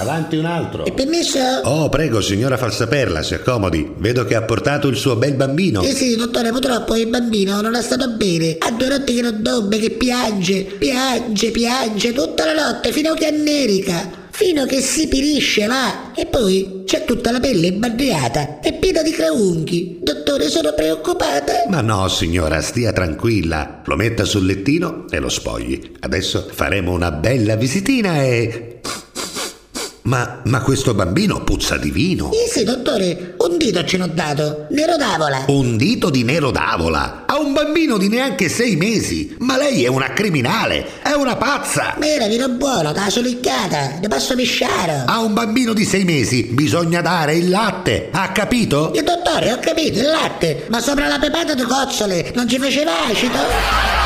Avanti un altro. È permesso? Oh, prego, signora Falsaperla, si accomodi. Vedo che ha portato il suo bel bambino. Sì, dottore, purtroppo il bambino non è stato bene. Ha 2 notti che non dorme, che piange tutta la notte, fino a che annerica. Fino che si pirisce, va. E poi c'è tutta la pelle imbarriata e piena di graunghi. Dottore, sono preoccupata. Ma no, signora, stia tranquilla. Lo metta sul lettino e lo spogli. Adesso faremo una bella visitina e... Ma questo bambino puzza di vino. Sì, dottore, un dito ce l'ho dato. Nero d'avola. Un dito di nero d'avola a un bambino di neanche 6 mesi. Ma lei è una criminale, è una pazza. Ma era vino buono, da solicchiata, ne passo pisciare. A un bambino di 6 mesi bisogna dare il latte, ha capito? Dottore, ho capito, il latte, ma sopra la pepata di cozzole non ci faceva acido?